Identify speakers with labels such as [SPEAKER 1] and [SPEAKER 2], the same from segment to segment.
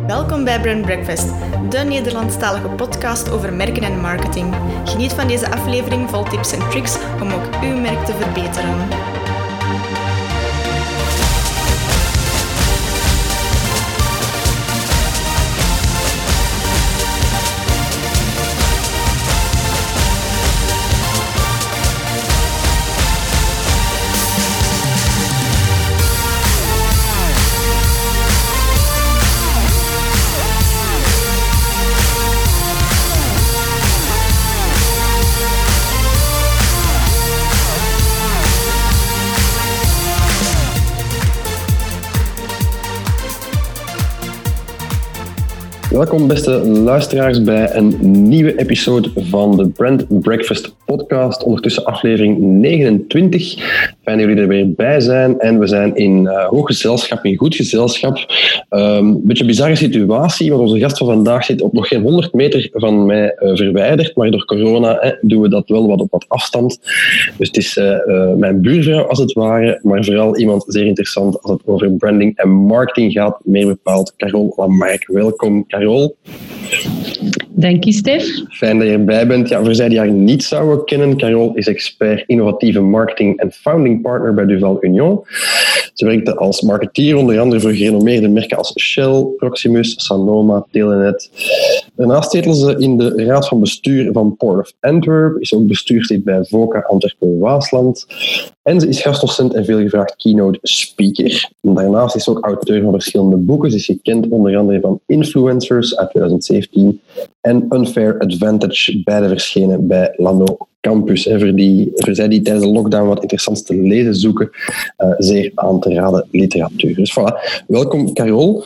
[SPEAKER 1] Welkom bij Brand Breakfast, de Nederlandstalige podcast over merken en marketing. Geniet van deze aflevering vol tips en tricks om ook uw merk te verbeteren.
[SPEAKER 2] Welkom beste luisteraars bij een nieuwe episode van de Brand Breakfast podcast. Ondertussen aflevering 29. Fijn dat jullie er weer bij zijn. En we zijn in hoog gezelschap, in goed gezelschap. Een beetje een bizarre situatie, want onze gast van vandaag zit op nog geen 100 meter van mij verwijderd. Maar door corona doen we dat wel op wat afstand. Dus het is mijn buurvrouw als het ware, maar vooral iemand zeer interessant als het over branding en marketing gaat. Meer bepaald Carole Lamarck. Welkom Carole.
[SPEAKER 3] Dank je, Stef.
[SPEAKER 2] Fijn dat je erbij bent. Ja, voor zij die haar niet zouden kennen, Carole is expert innovatieve marketing en founding partner bij Duval Union. Ze werkte als marketeer onder andere voor gerenommeerde merken als Shell, Proximus, Sanoma, Telenet. Daarnaast zetelde ze in de raad van bestuur van Port of Antwerp, is ook bestuurslid bij VOCA Antwerpen-Waasland. En ze is gastdocent en veelgevraagd keynote speaker. En daarnaast is ze ook auteur van verschillende boeken. Ze is gekend onder andere van Influencers uit 2017 en Unfair Advantage, beide verschenen bij Lano Campus. Voor zij die tijdens de lockdown wat interessants te lezen zoeken, zeer aan te raden literatuur. Dus voilà, welkom Carole.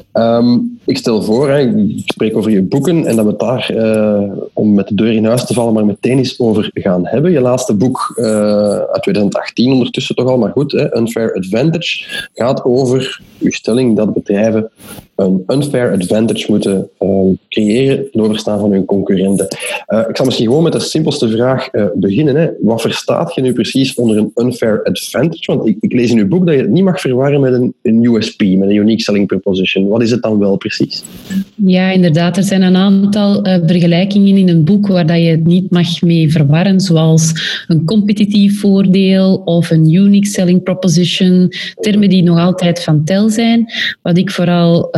[SPEAKER 2] Ik stel voor, ik spreek over je boeken en dat we het daar, om met de deur in huis te vallen, maar meteen eens over gaan hebben. Je laatste boek uit 2018 ondertussen toch al, maar goed, Unfair Advantage gaat over uw stelling dat bedrijven een unfair advantage moeten creëren ten overstaan van hun concurrenten. Ik zal misschien gewoon met de simpelste vraag beginnen. Hè. Wat verstaat je nu precies onder een unfair advantage? Want ik lees in uw boek dat je het niet mag verwarren met een USP, met een unique selling proposition. Wat is het dan wel precies?
[SPEAKER 3] Ja, inderdaad. Er zijn een aantal vergelijkingen in een boek waar dat je het niet mag mee verwarren, zoals een competitief voordeel of een unique selling proposition. Termen die nog altijd van tel zijn. Wat ik vooral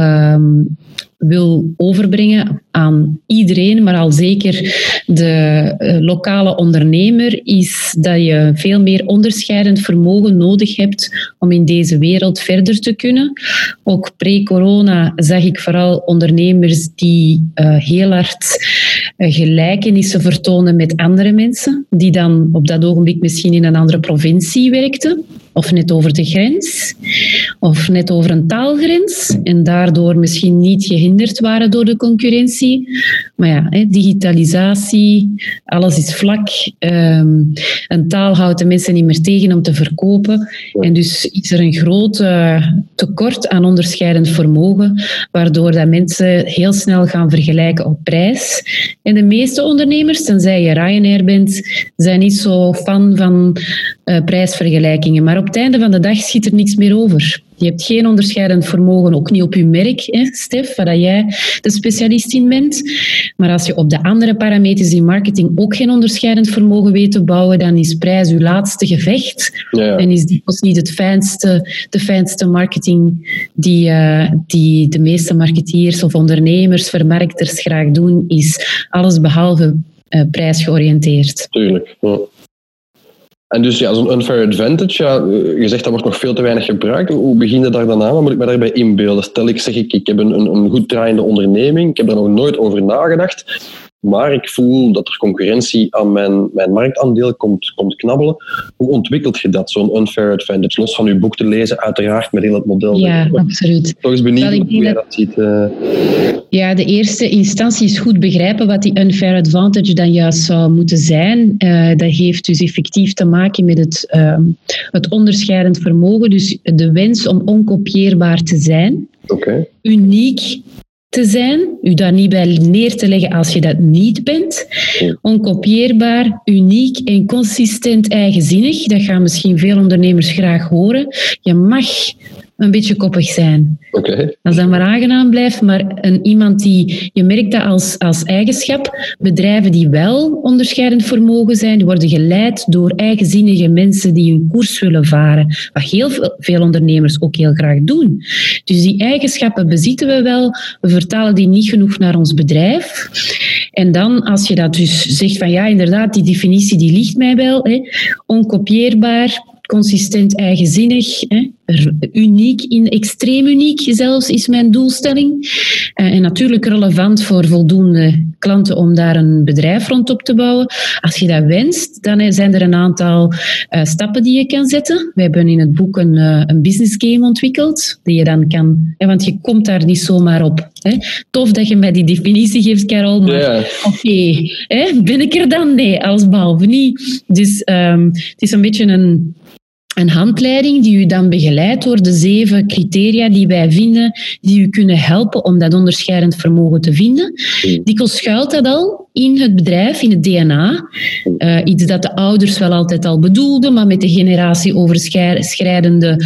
[SPEAKER 3] wil overbrengen aan iedereen, maar al zeker de lokale ondernemer, is dat je veel meer onderscheidend vermogen nodig hebt om in deze wereld verder te kunnen. Ook pre-corona zag ik vooral ondernemers die heel hard gelijkenissen vertonen met andere mensen, die dan op dat ogenblik misschien in een andere provincie werkten, of net over de grens, of net over een taalgrens, en daardoor misschien niet gehinderd waren door de concurrentie. Maar ja, digitalisatie, alles is vlak. Een taal houdt de mensen niet meer tegen om te verkopen. En dus is er een groot tekort aan onderscheidend vermogen, waardoor dat mensen heel snel gaan vergelijken op prijs. En de meeste ondernemers, tenzij je Ryanair bent, zijn niet zo fan van prijsvergelijkingen. Maar op het einde van de dag schiet er niks meer over. Je hebt geen onderscheidend vermogen, ook niet op je merk, Stef, waar jij de specialist in bent. Maar als je op de andere parameters in marketing ook geen onderscheidend vermogen weet te bouwen, dan is prijs je laatste gevecht. Ja. En is dikwijls niet de fijnste marketing die de meeste marketeers of ondernemers, vermarkters graag doen, is alles behalve prijsgeoriënteerd.
[SPEAKER 2] Tuurlijk, ja. En dus ja, zo'n unfair advantage, ja, je zegt dat wordt nog veel te weinig gebruikt. Hoe begin je daar dan aan? Wat moet ik me daarbij inbeelden? Stel, ik heb een goed draaiende onderneming, ik heb daar nog nooit over nagedacht, maar ik voel dat er concurrentie aan mijn marktaandeel komt knabbelen. Hoe ontwikkelt je dat, zo'n unfair advantage? Los van uw boek te lezen, uiteraard, met heel het model.
[SPEAKER 3] Ja, absoluut.
[SPEAKER 2] Toch eens benieuwd hoe jij dat ziet.
[SPEAKER 3] Ja, de eerste instantie is goed begrijpen wat die unfair advantage dan juist zou moeten zijn. Dat heeft dus effectief te maken met het onderscheidend vermogen. Dus de wens om onkopieerbaar te zijn.
[SPEAKER 2] Okay.
[SPEAKER 3] Uniek te zijn, u daar niet bij neer te leggen als je dat niet bent. Onkopieerbaar, uniek en consistent eigenzinnig. Dat gaan misschien veel ondernemers graag horen. Je mag een beetje koppig zijn.
[SPEAKER 2] Oké.
[SPEAKER 3] Als dat maar aangenaam blijft, maar iemand die... Je merkt dat als eigenschap. Bedrijven die wel onderscheidend vermogen zijn, die worden geleid door eigenzinnige mensen die hun koers willen varen. Wat heel veel ondernemers ook heel graag doen. Dus die eigenschappen bezitten we wel. We vertalen die niet genoeg naar ons bedrijf. En dan, als je dat dus zegt van ja, inderdaad, die definitie die ligt mij wel. Onkopieerbaar, consistent eigenzinnig, uniek, extreem uniek zelfs is mijn doelstelling. En natuurlijk relevant voor voldoende klanten om daar een bedrijf rondop te bouwen. Als je dat wenst, dan zijn er een aantal stappen die je kan zetten. We hebben in het boek een business game ontwikkeld, die je dan kan... want je komt daar niet zomaar op. Tof dat je mij die definitie geeft, Carol, maar oké, ben ik er dan? Nee, allesbehalve niet. Dus het is een beetje een handleiding die u dan begeleidt door de 7 criteria die wij vinden, die u kunnen helpen om dat onderscheidend vermogen te vinden. Dikwijls schuilt dat al in het bedrijf, in het DNA. Iets dat de ouders wel altijd al bedoelden, maar met de generatie overschrijdende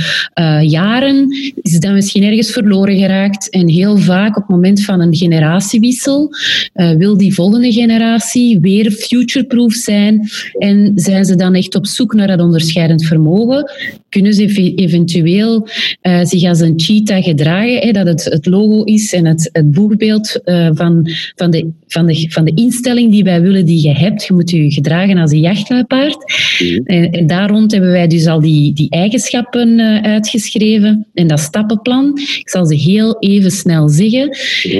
[SPEAKER 3] jaren is dat misschien ergens verloren geraakt. En heel vaak op het moment van een generatiewissel wil die volgende generatie weer futureproof zijn en zijn ze dan echt op zoek naar dat onderscheidend vermogen. Kunnen ze eventueel zich als een cheetah gedragen, dat het logo is en het boegbeeld van de instelling die wij willen die je hebt. Je moet je gedragen als een jachtluipaard. En daar rond hebben wij dus al die eigenschappen uitgeschreven en dat stappenplan. Ik zal ze heel even snel zeggen.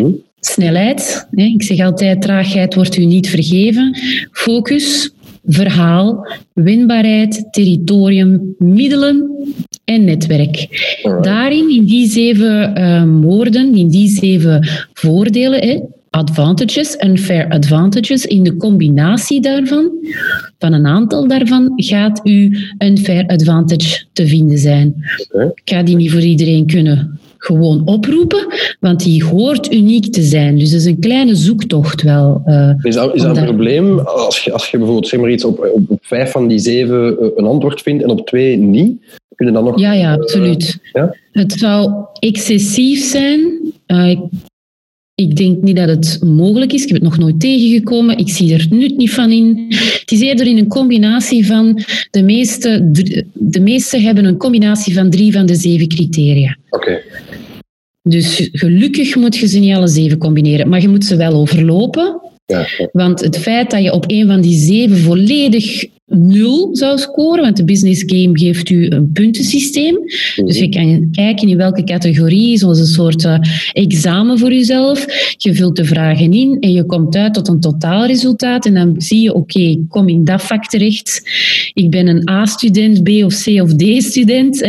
[SPEAKER 3] Snelheid. Ik zeg altijd, traagheid wordt u niet vergeven. Focus. Verhaal, winbaarheid, territorium, middelen en netwerk. Daarin, in die 7 woorden, in die 7 voordelen, advantages, unfair advantages, in de combinatie daarvan, van een aantal daarvan, gaat uw unfair advantage te vinden zijn. Ik ga die niet voor iedereen kunnen gewoon oproepen, want die hoort uniek te zijn. Dus dat is een kleine zoektocht wel.
[SPEAKER 2] Is dat een probleem als je bijvoorbeeld zeg maar iets op 5 van die 7 een antwoord vindt en op 2 niet? Kun je dan nog...
[SPEAKER 3] Ja, absoluut. Het zou excessief zijn. Ik denk niet dat het mogelijk is. Ik heb het nog nooit tegengekomen. Ik zie er nut niet van in. Het is eerder in een combinatie van... De meeste hebben een combinatie van 3 van de 7 criteria.
[SPEAKER 2] Oké.
[SPEAKER 3] Dus gelukkig moet je ze niet alle 7 combineren. Maar je moet ze wel overlopen. Ja. Want het feit dat je op een van die 7 volledig 0 zou scoren, want de business game geeft u een puntensysteem. Dus je kan kijken in welke categorie, zoals een soort examen voor jezelf. Je vult de vragen in en je komt uit tot een totaalresultaat. En dan zie je, oké, ik kom in dat vak terecht. Ik ben een A-student, B of C of D-student.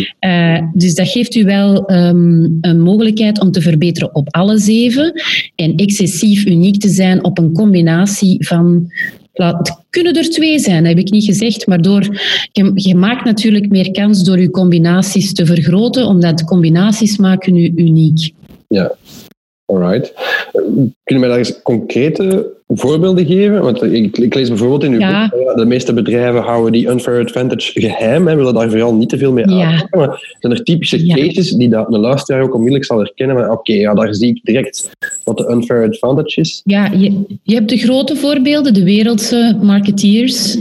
[SPEAKER 3] Dus dat geeft u wel een mogelijkheid om te verbeteren op alle 7 en excessief uniek te zijn op een combinatie van... Het kunnen er 2 zijn, dat heb ik niet gezegd, maar je maakt natuurlijk meer kans door je combinaties te vergroten, omdat combinaties maken u uniek.
[SPEAKER 2] Ja, alright. Kun je mij daar eens concrete voorbeelden geven? Want ik lees bijvoorbeeld in uw boek, de meeste bedrijven houden die unfair advantage geheim en willen daar vooral niet te veel mee aanpakken. Maar zijn er typische cases die dat een luisteraar ook onmiddellijk zal herkennen? Maar daar zie ik direct wat de unfair advantage is. Ja,
[SPEAKER 3] je hebt de grote voorbeelden, de wereldse marketeers.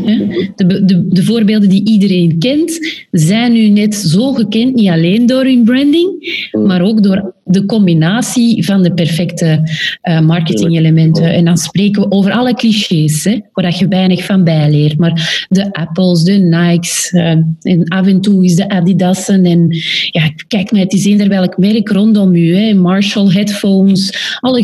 [SPEAKER 3] De voorbeelden die iedereen kent, zijn nu net zo gekend, niet alleen door hun branding, maar ook door de combinatie van de perfecte marketingelementen. En dan spreken we over alle clichés, waar je weinig van bijleert. Maar de Apples, de Nikes, en af en toe is de Adidas'en. En kijk maar, het is eender welk merk rondom u. Marshall headphones, alle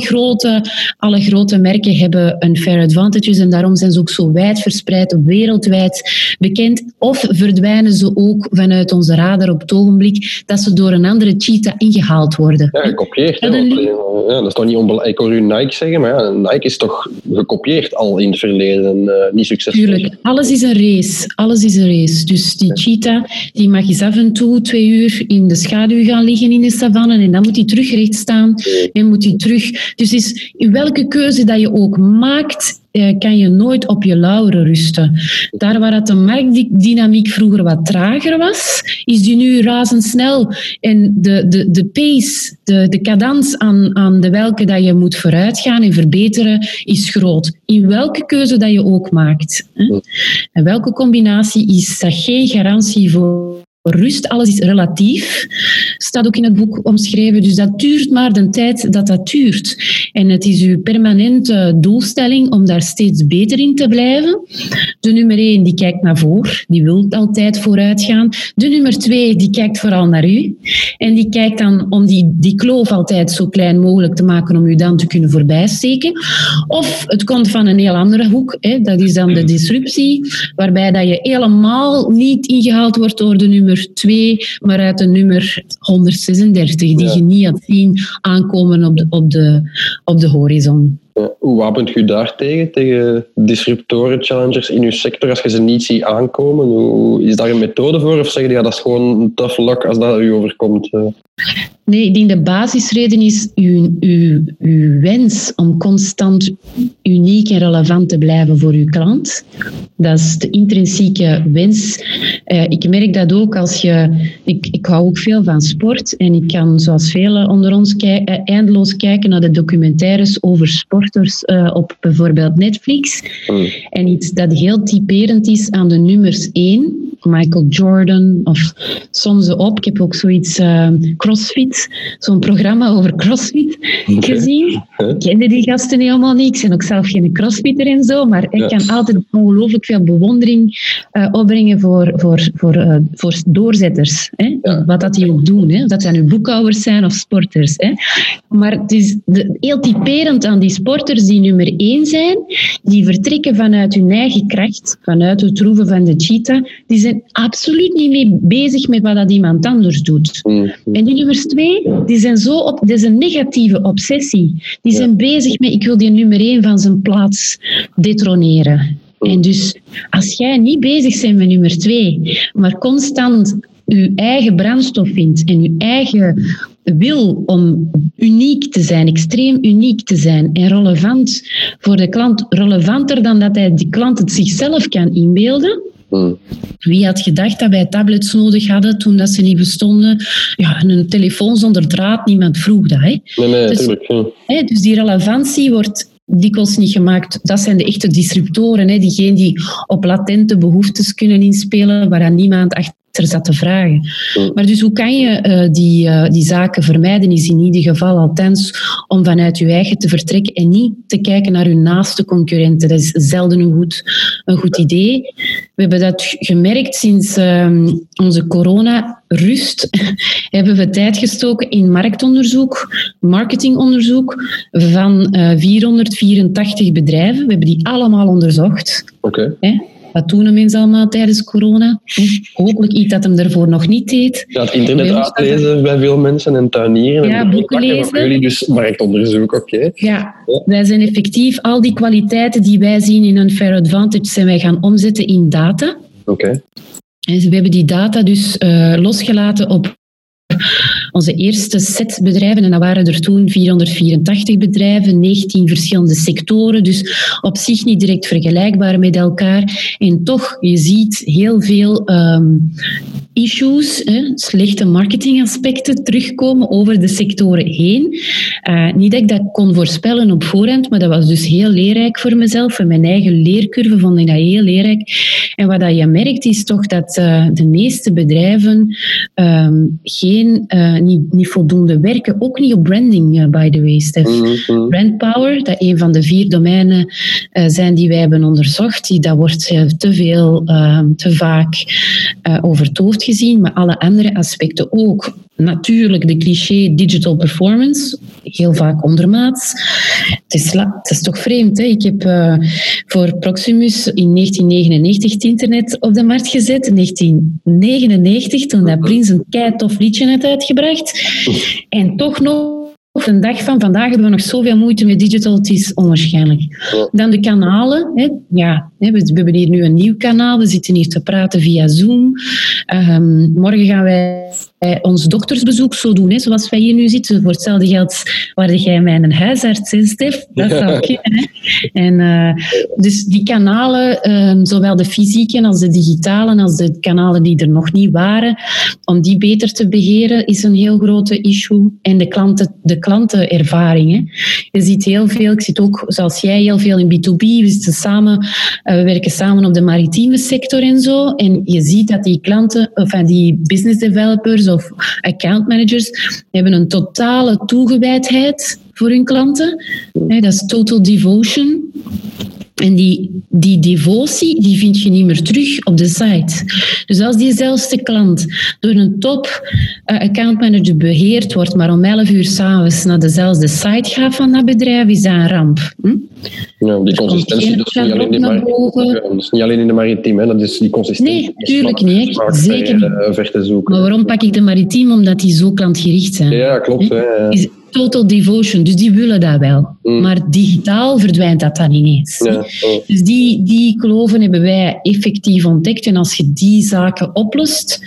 [SPEAKER 3] grote merken hebben unfair advantages en daarom zijn ze ook zo wijd verspreid, wereldwijd bekend. Of verdwijnen ze ook vanuit onze radar op het ogenblik dat ze door een andere cheetah ingehaald worden.
[SPEAKER 2] Ja, gekopieerd. Dat is toch niet onbelangrijk. Ik hoor u Nike zeggen, maar Nike is toch gekopieerd al in het verleden niet succesvol.
[SPEAKER 3] Tuurlijk, alles is een race. Dus die cheetah die mag eens af en toe 2 uur in de schaduw gaan liggen in de savanne en dan moet hij terug recht staan en moet hij terug. Dus in welke keuze dat je ook maakt, kan je nooit op je lauren rusten. Daar waar het de marktdynamiek vroeger wat trager was, is die nu razendsnel. En de pace, de cadans aan de welke dat je moet vooruitgaan en verbeteren, is groot. In welke keuze dat je ook maakt. Hè? En welke combinatie is dat geen garantie voor rust, alles is relatief, staat ook in het boek omschreven. Dus dat duurt maar de tijd dat duurt. En het is uw permanente doelstelling om daar steeds beter in te blijven. De nummer 1, die kijkt naar voren, die wil altijd vooruit gaan. De nummer 2, die kijkt vooral naar u. En die kijkt dan om die kloof altijd zo klein mogelijk te maken om u dan te kunnen voorbijsteken. Of het komt van een heel andere hoek, hè. Dat is dan de disruptie, waarbij dat je helemaal niet ingehaald wordt door de nummer 2, maar uit de nummer 136, die je niet had zien aankomen op de horizon.
[SPEAKER 2] Ja, hoe wapent u daar tegen disruptoren, challengers in uw sector, als je ze niet ziet aankomen? Is daar een methode voor, of zeg je dat is gewoon een tough luck als dat u overkomt?
[SPEAKER 3] Nee, ik denk de basisreden is uw wens om constant uniek en relevant te blijven voor uw klant. Dat is de intrinsieke wens. Ik merk dat ook als je... Ik hou ook veel van sport en ik kan, zoals velen onder ons, eindeloos kijken naar de documentaires over sporters op bijvoorbeeld Netflix. En iets dat heel typerend is aan de nummers 1, Michael Jordan of soms op. Ik heb ook zoiets CrossFit, zo'n programma over CrossFit gezien. Ik kende die gasten helemaal niet. Ik ben ook zelf geen CrossFitter en zo, maar ik kan altijd ongelooflijk veel bewondering opbrengen voor doorzetters. Hè? Wat dat die ook doen. Hè? Of dat zijn nu boekhouders zijn of sporters. Hè? Maar het is heel typerend aan die sporters die nummer 1 zijn, die vertrekken vanuit hun eigen kracht, vanuit het troeven van de cheetah. Die zijn absoluut niet mee bezig met wat dat iemand anders doet. En die nummers 2, die zijn dit is een negatieve obsessie. Die zijn bezig met, ik wil die nummer 1 van zijn plaats detroneren. En dus, als jij niet bezig bent met nummer 2, maar constant je eigen brandstof vindt en je eigen wil om uniek te zijn, extreem uniek te zijn en relevant voor de klant, relevanter dan dat die klant het zichzelf kan inbeelden. Wie had gedacht dat wij tablets nodig hadden toen dat ze niet bestonden? Ja, en een telefoon zonder draad, niemand vroeg dat. Hè?
[SPEAKER 2] Nee, natuurlijk.
[SPEAKER 3] Dus die relevantie wordt dikwijls niet gemaakt. Dat zijn de echte disruptoren, hè? Diegenen die op latente behoeftes kunnen inspelen, waaraan niemand achter zat te vragen. Maar dus hoe kan je die zaken vermijden, is in ieder geval althans om vanuit je eigen te vertrekken en niet te kijken naar je naaste concurrenten. Dat is zelden een goed idee. We hebben dat gemerkt sinds onze corona-rust. Hebben we tijd gestoken in marktonderzoek, marketingonderzoek van 484 bedrijven. We hebben die allemaal onderzocht.
[SPEAKER 2] Oké.
[SPEAKER 3] Wat doen de mensen allemaal tijdens corona? Hopelijk iets dat hem daarvoor nog niet deed.
[SPEAKER 2] Ja, het internet uitlezen bij veel mensen en tuinieren.
[SPEAKER 3] Ja,
[SPEAKER 2] en
[SPEAKER 3] boeken lezen.
[SPEAKER 2] Voor jullie dus marktonderzoek, oké.
[SPEAKER 3] Ja, wij zijn effectief al die kwaliteiten die wij zien in een Fair Advantage zijn wij gaan omzetten in data.
[SPEAKER 2] Oké.
[SPEAKER 3] En we hebben die data dus losgelaten op onze eerste set bedrijven, en dat waren er toen 484 bedrijven, 19 verschillende sectoren, dus op zich niet direct vergelijkbaar met elkaar. En toch, je ziet heel veel issues, slechte marketingaspecten terugkomen over de sectoren heen. Niet dat ik dat kon voorspellen op voorhand, maar dat was dus heel leerrijk voor mezelf. En mijn eigen leercurve vond ik dat heel leerrijk. En wat dat je merkt is toch dat de meeste bedrijven niet voldoende werken. Ook niet op branding, by the way, Stef. Brandpower, dat een van de 4 domeinen zijn die wij hebben onderzocht. Dat wordt te veel, te vaak over het hoofd gezien, maar alle andere aspecten ook. Natuurlijk de cliché digital performance, heel vaak ondermaats. Het is toch vreemd, hè? Ik heb voor Proximus in 1999 het internet op de markt gezet. In 1999, toen dat Prins een keitof liedje had uitgebracht. En toch nog, op de dag van vandaag hebben we nog zoveel moeite met digital, het is onwaarschijnlijk. Dan de kanalen, hè? Ja, We hebben hier nu een nieuw kanaal. We zitten hier te praten via Zoom. Morgen gaan wij ons doktersbezoek zo doen, zoals wij hier nu zitten. Voor hetzelfde geld waarde jij mijn huisarts, Stef. Dat zou kunnen. En, dus die kanalen, zowel de fysieke als de digitale, als de kanalen die er nog niet waren, om die beter te beheren, is een heel grote issue. En de klantenervaring. Hè. Je ziet heel veel, ik zit ook, zoals jij, heel veel in B2B. We werken samen op de maritieme sector en zo. En je ziet dat die klanten, of die business developers of account managers, hebben een totale toegewijdheid voor hun klanten. Dat is total devotion. En die devotie, die vind je niet meer terug op de site. Dus als diezelfde klant door een top accountmanager beheerd wordt, maar om 11 uur 's avonds naar dezelfde site gaat van dat bedrijf, is dat een ramp.
[SPEAKER 2] Ja, die consistentie, dat is niet alleen in de maritiem, dat is die consistentie.
[SPEAKER 3] Nee, tuurlijk niet. Zeker niet.
[SPEAKER 2] Ver te zoeken.
[SPEAKER 3] Maar waarom pak ik de maritiem? Omdat die zo klantgericht zijn.
[SPEAKER 2] Ja, klopt.
[SPEAKER 3] Is total devotion, dus die willen dat wel. Maar digitaal verdwijnt dat dan ineens. Ja. Dus die kloven hebben wij effectief ontdekt. En als je die zaken oplost,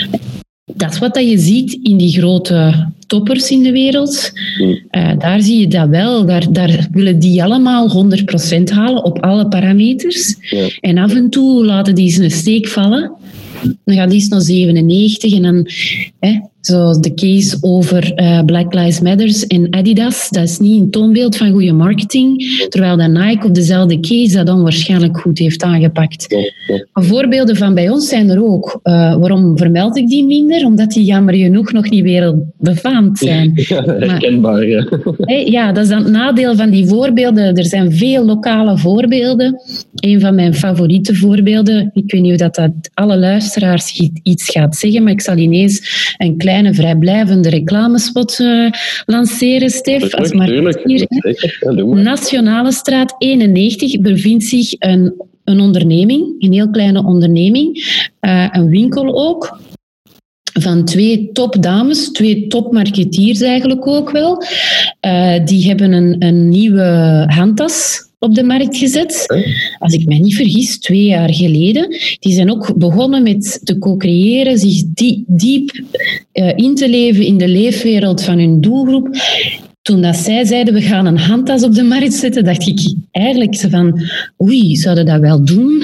[SPEAKER 3] dat is wat je ziet in die grote toppers in de wereld. Daar zie je dat wel. Daar willen die allemaal 100% halen op alle parameters. Ja. En af en toe laten die ze een steek vallen. Dan gaat die naar 97 en dan... Zoals de case over Black Lives Matter en Adidas. Dat is niet een toonbeeld van goede marketing. Terwijl dat Nike op dezelfde case dat dan waarschijnlijk goed heeft aangepakt. Maar voorbeelden van bij ons zijn er ook. Waarom vermeld ik die minder? Omdat die jammer genoeg nog niet wereldbefaamd zijn.
[SPEAKER 2] Ja, herkenbaar, ja.
[SPEAKER 3] Ja, dat is dan het nadeel van die voorbeelden. Er zijn veel lokale voorbeelden. Een van mijn favoriete voorbeelden, ik weet niet of dat alle luisteraars iets gaat zeggen, maar ik zal ineens een kleine vrijblijvende reclamespot lanceren, Stef. Als marketeer. Nationale straat 91 bevindt zich een onderneming, een heel kleine onderneming, een winkel ook, van 2 topdames, 2 topmarketeers eigenlijk ook wel. Die hebben een nieuwe handtas op de markt gezet. Als ik mij niet vergis, 2 jaar geleden. Die zijn ook begonnen met te co-creëren, zich diep in te leven in de leefwereld van hun doelgroep. Toen dat zij zeiden, we gaan een handtas op de markt zetten, dacht ik eigenlijk van, oei, zouden dat wel doen?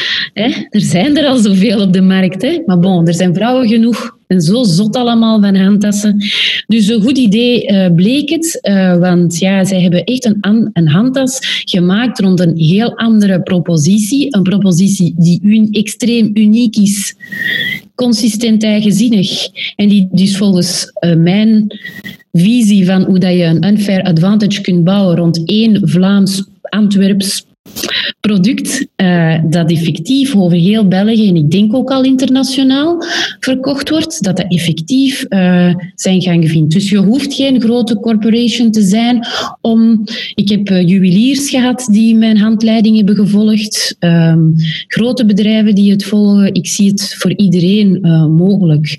[SPEAKER 3] Er zijn er al zoveel op de markt. Maar bon, er zijn vrouwen genoeg en zo zot allemaal van handtassen. Dus een goed idee bleek het, want ja, zij hebben echt een handtas gemaakt rond een heel andere propositie. Een propositie die extreem uniek is, consistent eigenzinnig en die dus volgens mijn visie van hoe dat je een unfair advantage kunt bouwen rond 1 Vlaams-Antwerps product dat effectief over heel België en ik denk ook al internationaal verkocht wordt, dat effectief zijn gang vindt. Dus je hoeft geen grote corporation te zijn om... Ik heb juweliers gehad die mijn handleiding hebben gevolgd, grote bedrijven die het volgen. Ik zie het voor iedereen mogelijk.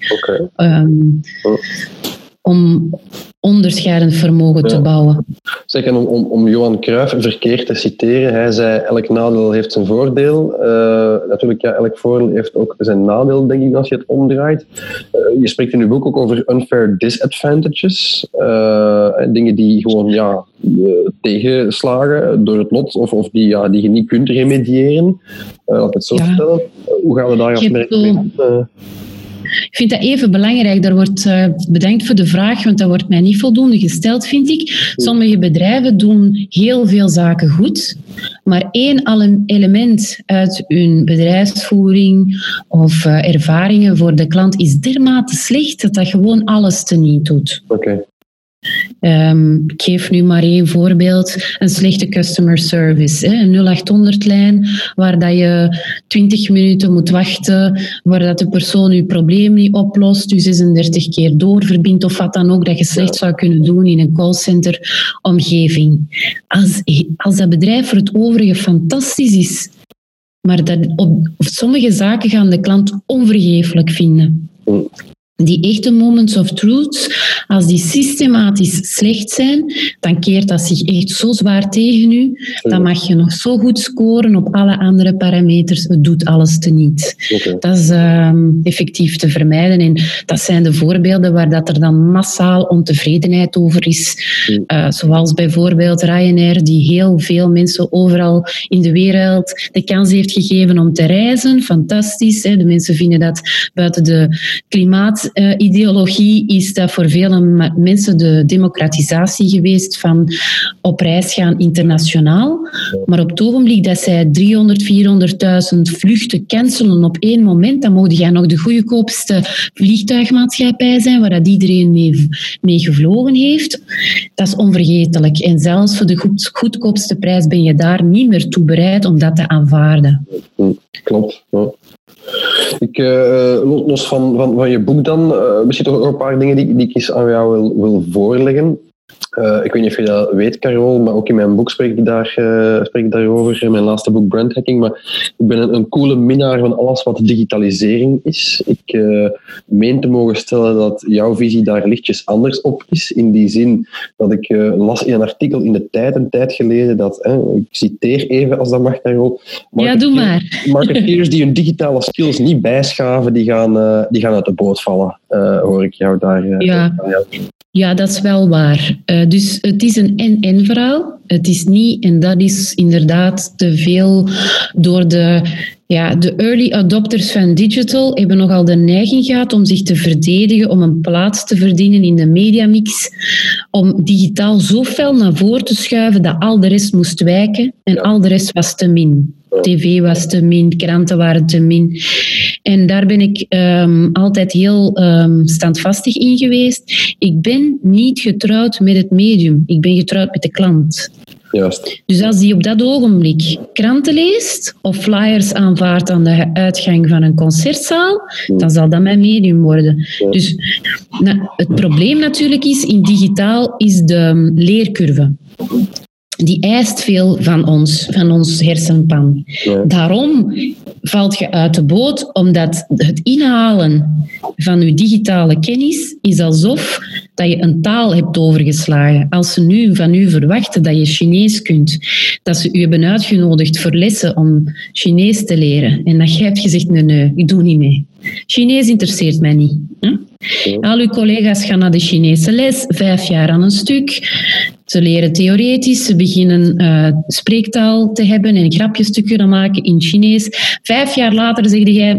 [SPEAKER 3] Om onderscheidend vermogen te bouwen.
[SPEAKER 2] Zeg, en om Johan Cruijff verkeerd te citeren, hij zei, elk nadeel heeft zijn voordeel. Natuurlijk, ja, elk voordeel heeft ook zijn nadeel, denk ik, als je het omdraait. Je spreekt in uw boek ook over unfair disadvantages. Dingen die gewoon tegenslagen door het lot, of die je niet kunt remediëren. Laat ik het zo stellen. Hoe gaan we daar als merk mee?
[SPEAKER 3] Ik vind dat even belangrijk. Daar wordt bedankt voor de vraag, want dat wordt mij niet voldoende gesteld, vind ik. Sommige bedrijven doen heel veel zaken goed, maar 1 element uit hun bedrijfsvoering of ervaringen voor de klant is dermate slecht dat dat gewoon alles teniet doet.
[SPEAKER 2] Okay.
[SPEAKER 3] Ik geef nu maar 1 voorbeeld. Een slechte customer service. Een 0800-lijn waar dat je 20 minuten moet wachten, waar dat de persoon je probleem niet oplost, je 36 keer doorverbindt of wat dan ook dat je slecht zou kunnen doen in een callcenter-omgeving. Als dat bedrijf voor het overige fantastisch is, maar dat op sommige zaken gaan de klant onvergeeflijk vinden. Die echte moments of truth, als die systematisch slecht zijn, dan keert dat zich echt zo zwaar tegen u. Dan mag je nog zo goed scoren op alle andere parameters. Het doet alles teniet.
[SPEAKER 2] Okay.
[SPEAKER 3] Dat is effectief te vermijden. En dat zijn de voorbeelden waar dat er dan massaal ontevredenheid over is. Zoals bijvoorbeeld Ryanair, die heel veel mensen overal in de wereld de kans heeft gegeven om te reizen. Fantastisch. Hè? De mensen vinden dat buiten de klimaatideologie is dat voor vele mensen de democratisatie geweest van op reis gaan internationaal. Maar op het ogenblik dat zij 300.000, 400.000 vluchten cancelen op één moment, dan mogen jij nog de goedkoopste vliegtuigmaatschappij zijn waar dat iedereen mee gevlogen heeft. Dat is onvergetelijk. En zelfs voor de goedkoopste prijs ben je daar niet meer toe bereid om dat te aanvaarden.
[SPEAKER 2] Klopt. Ja. Los van je boek dan, misschien toch ook een paar dingen die ik eens aan jou wil voorleggen. Ik weet niet of je dat weet, Carol, maar ook in mijn boek spreek ik daarover, in mijn laatste boek Brandhacking. Maar ik ben een coole minnaar van alles wat digitalisering is. Ik meen te mogen stellen dat jouw visie daar lichtjes anders op is. In die zin dat ik las in een artikel in de Tijd, een tijd geleden, dat, ik citeer even als dat mag, Carol.
[SPEAKER 3] Ja, doe maar.
[SPEAKER 2] Marketeers die hun digitale skills niet bijschaven, die gaan uit de boot vallen, hoor ik jou daar.
[SPEAKER 3] Ja, dat is wel waar. Dus het is een en-en verhaal. Het is niet, en dat is inderdaad te veel door de early adopters van digital hebben nogal de neiging gehad om zich te verdedigen, om een plaats te verdienen in de mediamix, om digitaal zo fel naar voren te schuiven dat al de rest moest wijken en al de rest was te min. TV was te min, kranten waren te min. En daar ben ik altijd heel standvastig in geweest. Ik ben niet getrouwd met het medium. Ik ben getrouwd met de klant.
[SPEAKER 2] Juist.
[SPEAKER 3] Dus als die op dat ogenblik kranten leest of flyers aanvaardt aan de uitgang van een concertzaal, dan zal dat mijn medium worden. Ja. Dus het probleem natuurlijk is, in digitaal is de leercurve. Die eist veel van ons hersenpan. Ja. Daarom valt je uit de boot, omdat het inhalen van je digitale kennis is alsof dat je een taal hebt overgeslagen. Als ze nu van u verwachten dat je Chinees kunt, dat ze u hebben uitgenodigd voor lessen om Chinees te leren, en dat jij hebt gezegd, nee, ik doe niet mee. Chinees interesseert mij niet. Hm? Al uw collega's gaan naar de Chinese les, 5 jaar aan een stuk. Ze leren theoretisch, ze beginnen spreektaal te hebben en grapjes te kunnen maken in Chinees. 5 jaar later zeg jij,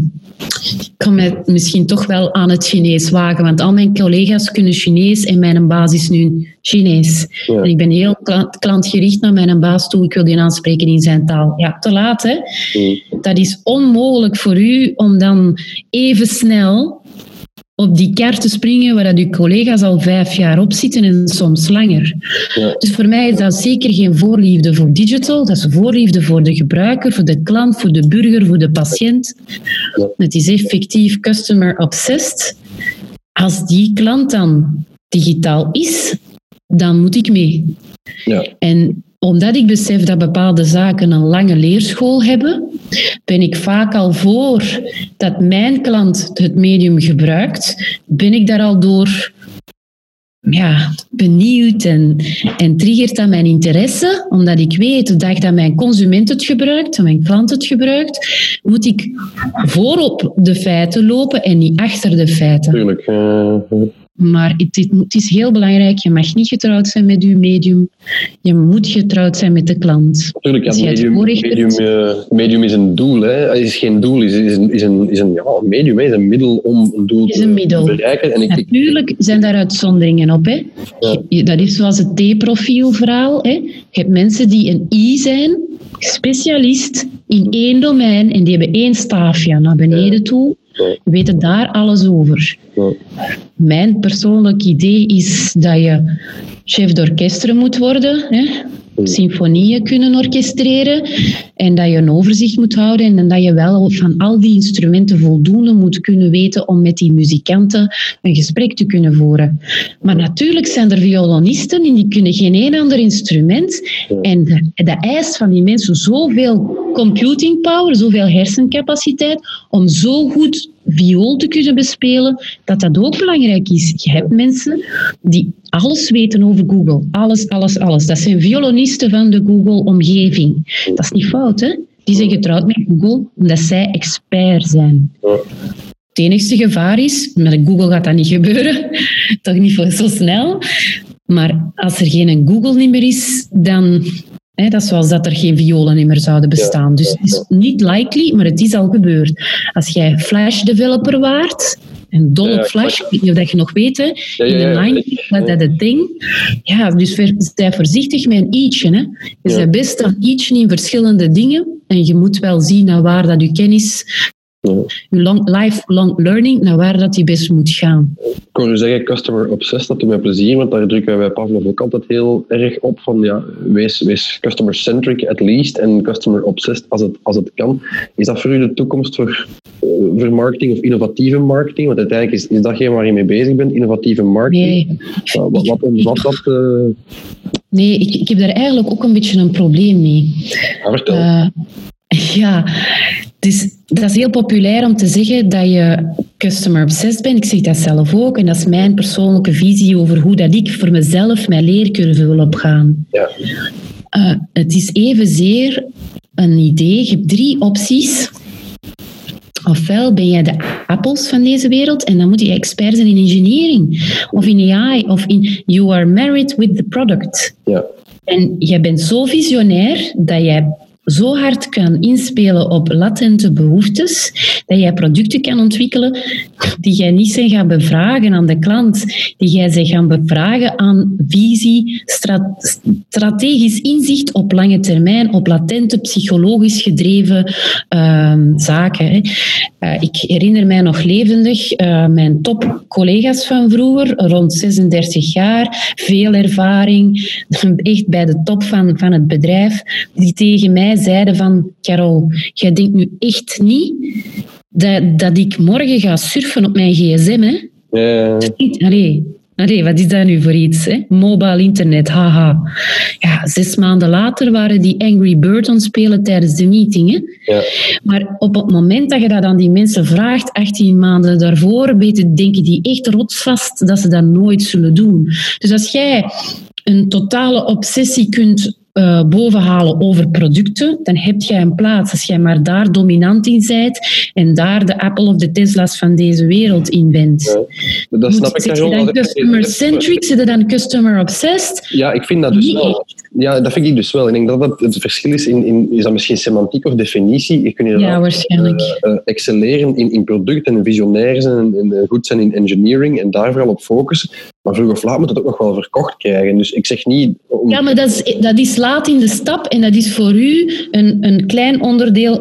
[SPEAKER 3] ik kan mij misschien toch wel aan het Chinees wagen, want al mijn collega's kunnen Chinees en mijn baas is nu Chinees. Ja. En ik ben heel klantgericht naar mijn baas toe, ik wil die aanspreken in zijn taal. Ja, te laat, hè? Dat is onmogelijk voor u om dan even snel op die kar te springen waar dat uw collega's al 5 jaar op zitten en soms langer. Ja. Dus voor mij is dat zeker geen voorliefde voor digital. Dat is een voorliefde voor de gebruiker, voor de klant, voor de burger, voor de patiënt. Ja. Het is effectief customer obsessed. Als die klant dan digitaal is, dan moet ik mee. Ja. En omdat ik besef dat bepaalde zaken een lange leerschool hebben, ben ik vaak al voor dat mijn klant het medium gebruikt, ben ik daar al door benieuwd en triggert dat mijn interesse, omdat ik weet, de dag dat mijn consument het gebruikt, dat mijn klant het gebruikt, moet ik voorop de feiten lopen en niet achter de feiten. Tuurlijk. Maar het is heel belangrijk, je mag niet getrouwd zijn met je medium. Je moet getrouwd zijn met de klant.
[SPEAKER 2] Natuurlijk, medium is een doel. Hè. Het is geen doel, het is een medium, is een middel om een doel te bereiken. En
[SPEAKER 3] natuurlijk zijn daar uitzonderingen op. Hè. Ja. Dat is zoals het T-profielverhaal. Hè. Je hebt mensen die een I zijn, specialist in 1 domein, en die hebben 1 staafje naar beneden toe. We weten daar alles over. Ja. Mijn persoonlijk idee is dat je chef d'orchestre moet worden, hè? Symfonieën kunnen orchestreren en dat je een overzicht moet houden en dat je wel van al die instrumenten voldoende moet kunnen weten om met die muzikanten een gesprek te kunnen voeren. Maar natuurlijk zijn er violonisten en die kunnen geen één ander instrument en dat eist van die mensen zoveel computing power, zoveel hersencapaciteit om zo goed viool te kunnen bespelen, dat ook belangrijk is. Je hebt mensen die alles weten over Google. Alles. Dat zijn violonisten van de Google-omgeving. Dat is niet fout, hè? Die zijn getrouwd met Google omdat zij expert zijn. Het enigste gevaar is, met Google gaat dat niet gebeuren, toch niet zo snel, maar als er geen Google niet meer is, dan... dat is zoals dat er geen violen niet meer zouden bestaan. Dus het is niet likely, maar het is al gebeurd. Als jij Flash-developer waart, en dol op Flash, ik weet niet of dat je nog weet, hè, in de 90's was dat het ding. Ja, dus zij voorzichtig met een i'tje. Hè. Je bent best aan i'tje in verschillende dingen en je moet wel zien naar waar dat je kennis... Je lifelong learning, naar waar dat die best moet gaan.
[SPEAKER 2] Ik hoor u zeggen, customer obsessed, dat doet mij plezier, want daar drukken wij bij Pavlov ook altijd heel erg op van, wees customer centric at least, en customer obsessed als het kan. Is dat voor u de toekomst voor marketing of innovatieve marketing? Want uiteindelijk is datgene waar je mee bezig bent, innovatieve marketing.
[SPEAKER 3] Nee.
[SPEAKER 2] Wat omvat dat?
[SPEAKER 3] Nee, ik heb daar eigenlijk ook een beetje een probleem mee.
[SPEAKER 2] Vertel.
[SPEAKER 3] Dus dat is heel populair om te zeggen dat je customer obsessed bent. Ik zeg dat zelf ook. En dat is mijn persoonlijke visie over hoe dat ik voor mezelf mijn leercurve wil opgaan.
[SPEAKER 2] Ja.
[SPEAKER 3] Het is evenzeer een idee. Je hebt 3 opties. Ofwel ben jij de Apples van deze wereld en dan moet je expert zijn in engineering of in AI of in you are married with the product.
[SPEAKER 2] Ja.
[SPEAKER 3] En jij bent zo visionair dat jij zo hard kan inspelen op latente behoeftes, dat jij producten kan ontwikkelen die jij niet zijn gaan bevragen aan de klant, die jij zijn gaan bevragen aan visie, strategisch inzicht op lange termijn, op latente, psychologisch gedreven zaken. Ik herinner mij nog levendig mijn top-collega's van vroeger, rond 36 jaar, veel ervaring, echt bij de top van het bedrijf, die tegen mij zeiden van, Carol, jij denkt nu echt niet dat ik morgen ga surfen op mijn gsm, hè? Allee, wat is dat nu voor iets? Hè? Mobile internet, haha. Ja, 6 maanden later waren die Angry Bird aan het spelen tijdens de meeting. Hè? Ja. Maar op het moment dat je dat aan die mensen vraagt, 18 maanden daarvoor, denken die echt rotsvast dat ze dat nooit zullen doen. Dus als jij een totale obsessie kunt bovenhalen over producten, dan heb jij een plaats. Als jij maar daar dominant in bent en daar de Apple of de Tesla's van deze wereld in bent.
[SPEAKER 2] Ja, dat snap ik.
[SPEAKER 3] Zit je dan customer-centric? Zit je dan customer-obsessed?
[SPEAKER 2] Ja, ik vind dat dus wel. Ja, dat vind ik dus wel. Ik denk dat het verschil is is dat misschien semantiek of definitie. Je kunt
[SPEAKER 3] waarschijnlijk
[SPEAKER 2] excelleren in producten en visionair zijn en goed zijn in engineering en daar vooral op focussen. Maar vroeg of laat moet het ook nog wel verkocht krijgen. Dus ik zeg niet...
[SPEAKER 3] Ja, maar dat is laat in de stap en dat is voor u een klein onderdeel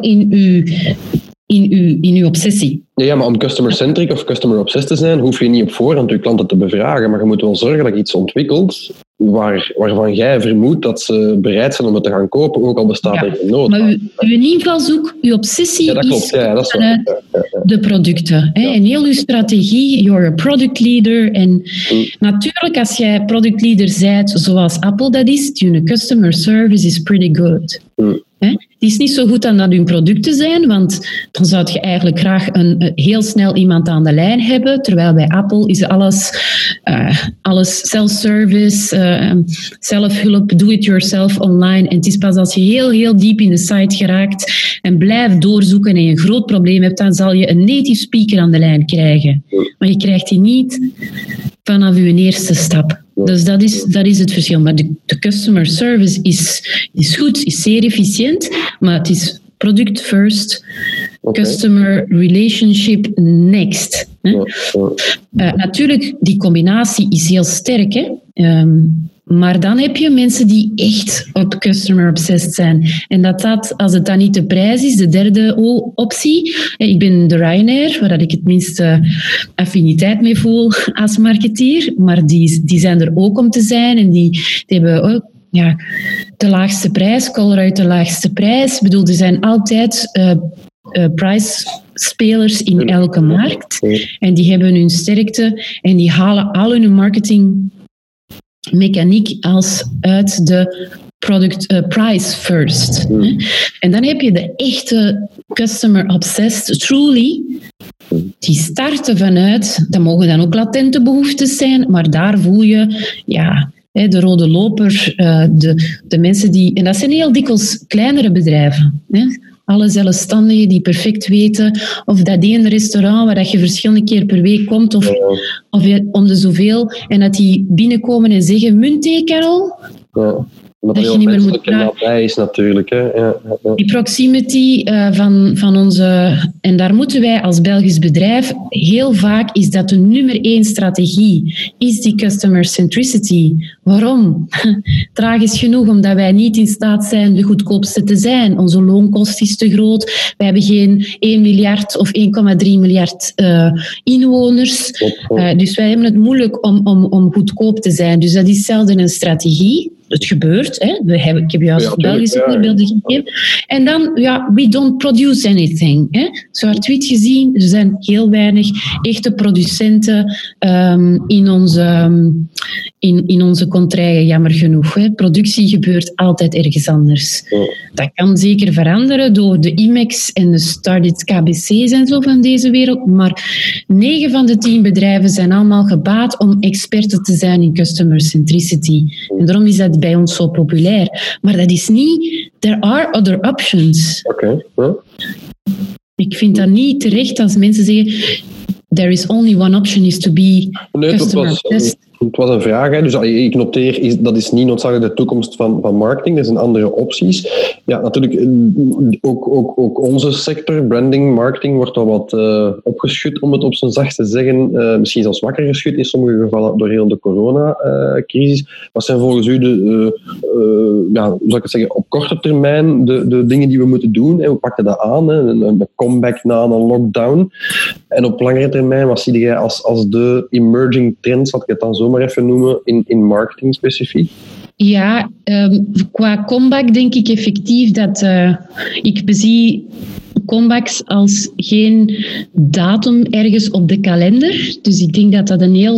[SPEAKER 3] in uw obsessie.
[SPEAKER 2] Ja, maar om customer-centric of customer-obsessed te zijn, hoef je niet op voorhand je klanten te bevragen. Maar je moet wel zorgen dat je iets ontwikkelt waarvan jij vermoedt dat ze bereid zijn om het te gaan kopen, ook al bestaat er geen nood.
[SPEAKER 3] Maar uw invalshoek, uw obsessie
[SPEAKER 2] dat klopt. Dat is
[SPEAKER 3] vanuit de producten. Hè? En heel uw strategie, you're a product leader. En natuurlijk, als jij product leader bent, zoals Apple dat is, je customer service is pretty good. Het is niet zo goed aan dat hun producten zijn, want dan zou je eigenlijk graag heel snel iemand aan de lijn hebben, terwijl bij Apple is alles self-service, zelfhulp, do-it-yourself online. En het is pas als je heel, heel diep in de site geraakt en blijft doorzoeken en je een groot probleem hebt, dan zal je een native speaker aan de lijn krijgen. Maar je krijgt die niet vanaf je eerste stap. Dus dat is het verschil. Maar de customer service is goed, is zeer efficiënt, maar het is product first, customer relationship next. Natuurlijk, die combinatie is heel sterk, hè? Maar dan heb je mensen die echt op customer obsessed zijn. En als het dan niet de prijs is, de derde optie. Ik ben de Ryanair, waar ik het minste affiniteit mee voel als marketeer. Maar die zijn er ook om te zijn. En die hebben de laagste prijs, call uit de laagste prijs. Ik bedoel, er zijn altijd prijsspelers in elke markt. En die hebben hun sterkte en die halen al hun marketing mechaniek als uit de product price first. En dan heb je de echte customer obsessed, truly. Die starten vanuit, dat mogen dan ook latente behoeftes zijn, maar daar voel je, de rode loper, de mensen die... En dat zijn heel dikwijls kleinere bedrijven. Alle zelfstandigen die perfect weten of dat ene restaurant waar dat je verschillende keer per week komt of om de zoveel, en dat die binnenkomen en zeggen, munt hé, Karel?
[SPEAKER 2] Ja.
[SPEAKER 3] Dat je niet meer moet
[SPEAKER 2] nabij is natuurlijk. Hè. Ja.
[SPEAKER 3] Die proximity van onze... En daar moeten wij als Belgisch bedrijf... Heel vaak is dat de nummer 1 strategie. Is die customer centricity. Waarom? Tragisch genoeg, omdat wij niet in staat zijn de goedkoopste te zijn. Onze loonkost is te groot. Wij hebben geen 1 miljard of 1,3 miljard inwoners. Dus wij hebben het moeilijk om goedkoop te zijn. Dus dat is zelden een strategie. Het gebeurt. Hè. Ik heb juist Belgische voorbeelden gegeven. En dan, we don't produce anything. Hè. Zwart-wit gezien, er zijn heel weinig echte producenten in onze contraien, jammer genoeg. Hè. Productie gebeurt altijd ergens anders. Dat kan zeker veranderen door de IMEX en de Started KBC's en zo van deze wereld, maar 9 van de 10 bedrijven zijn allemaal gebaat om experten te zijn in customer centricity. En daarom is dat bij ons zo populair. Maar dat is niet... There are other options.
[SPEAKER 2] Oké.
[SPEAKER 3] Ik vind dat niet terecht als mensen zeggen... There is only one option is to be customer obsessed.
[SPEAKER 2] Het was een vraag, hè. Dus ik noteer, dat is niet noodzakelijk de toekomst van marketing, dat zijn andere opties. Ja, natuurlijk, ook onze sector, branding, marketing, wordt al wat opgeschud, om het op zijn zachtst te zeggen. Misschien zelfs wakker geschud in sommige gevallen door heel de coronacrisis. Wat zijn volgens u hoe zal ik het zeggen, op korte termijn de dingen die we moeten doen? We pakken dat aan, hè, een comeback na een lockdown. En op langere termijn, wat zie jij als de emerging trends, laat ik het dan zo maar even noemen, in marketing specifiek?
[SPEAKER 3] Ja, qua comeback denk ik effectief dat ik bezie comebacks als geen datum ergens op de kalender. Dus ik denk dat dat een heel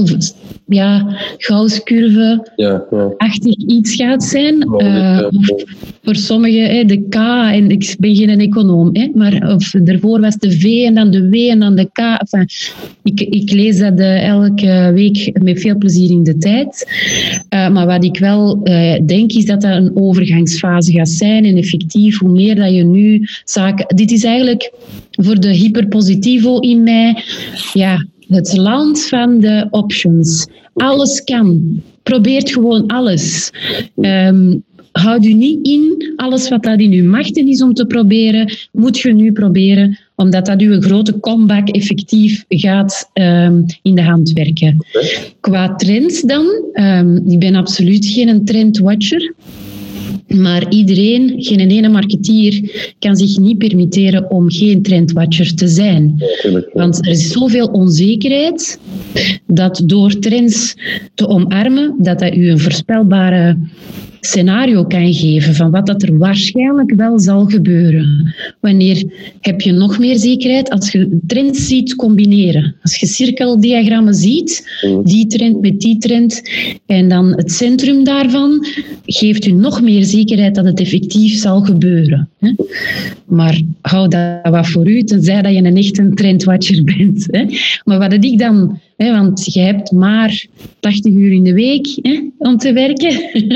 [SPEAKER 3] Gauss-curve-achtig iets gaat zijn. Voor sommigen de K, en ik ben geen econoom, maar of daarvoor was de V en dan de W en dan de K. Enfin, ik lees dat elke week met veel plezier in de tijd. Maar wat ik wel denk is dat dat een overgangsfase gaat zijn. En effectief, hoe meer dat je nu zaken... Dit is eigenlijk voor de hyperpositivo in mij... Het land van de options. Alles kan. Probeert gewoon alles. Houd u niet in. Alles wat dat in uw machten is om te proberen, moet je nu proberen, omdat dat uw grote comeback effectief gaat in de hand werken. Qua trends dan, ik ben absoluut geen trendwatcher. Maar iedereen, geen ene marketeer, kan zich niet permitteren om geen trendwatcher te zijn. Want er is zoveel onzekerheid dat door trends te omarmen, dat u een voorspelbare scenario kan geven van wat dat er waarschijnlijk wel zal gebeuren. Wanneer heb je nog meer zekerheid? Als je trends ziet combineren. Als je cirkeldiagrammen ziet, die trend met die trend, en dan het centrum daarvan, geeft u nog meer zekerheid dat het effectief zal gebeuren. Maar hou dat wat voor u, tenzij dat je een echte trendwatcher bent. Maar wat ik dan... want je hebt maar 80 uur in de week om te werken.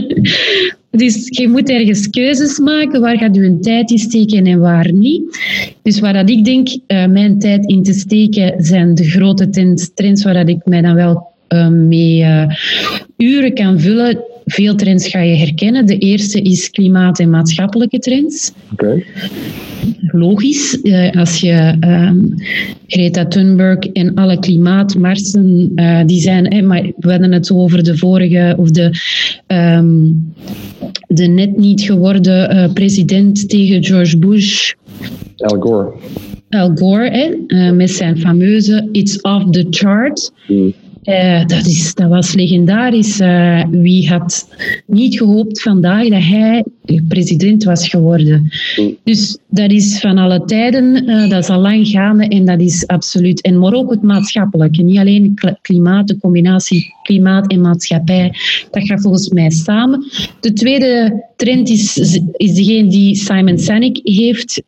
[SPEAKER 3] Dus je moet ergens keuzes maken. Waar gaat je een tijd in steken en waar niet? Dus waar dat ik denk mijn tijd in te steken zijn de grote trends waar dat ik mij dan wel mee uren kan vullen. Veel trends ga je herkennen. De eerste is klimaat- en maatschappelijke trends.
[SPEAKER 2] Okay.
[SPEAKER 3] Logisch, als je Greta Thunberg en alle klimaatmarsen, die zijn, maar we hadden het over de vorige, of de net niet geworden president tegen George Bush.
[SPEAKER 2] Al Gore,
[SPEAKER 3] met zijn fameuze It's off the chart. Dat was legendarisch. Wie had niet gehoopt vandaag dat hij president was geworden? Dus dat is van alle tijden, dat is al lang gaande en dat is absoluut. En maar ook het maatschappelijke, niet alleen klimaat, de combinatie klimaat en maatschappij, dat gaat volgens mij samen. De tweede trend is degene die Simon Sinek heeft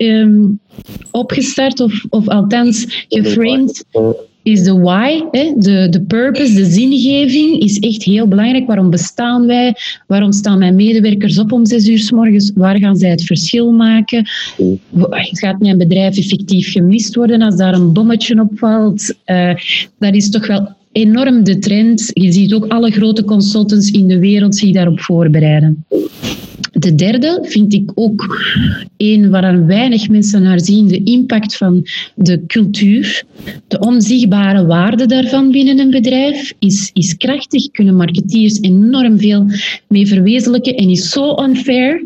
[SPEAKER 3] opgestart of althans geframed. Is de why, de purpose, de zingeving is echt heel belangrijk. Waarom bestaan wij? Waarom staan mijn medewerkers op om 6 uur 's morgens? Waar gaan zij het verschil maken? Gaat mijn bedrijf effectief gemist worden als daar een bommetje op valt? Dat is toch wel enorm de trend. Je ziet ook alle grote consultants in de wereld zich daarop voorbereiden. De derde vind ik ook een waar weinig mensen naar zien, de impact van de cultuur. De onzichtbare waarde daarvan binnen een bedrijf is krachtig, kunnen marketeers enorm veel mee verwezenlijken en is zo unfair.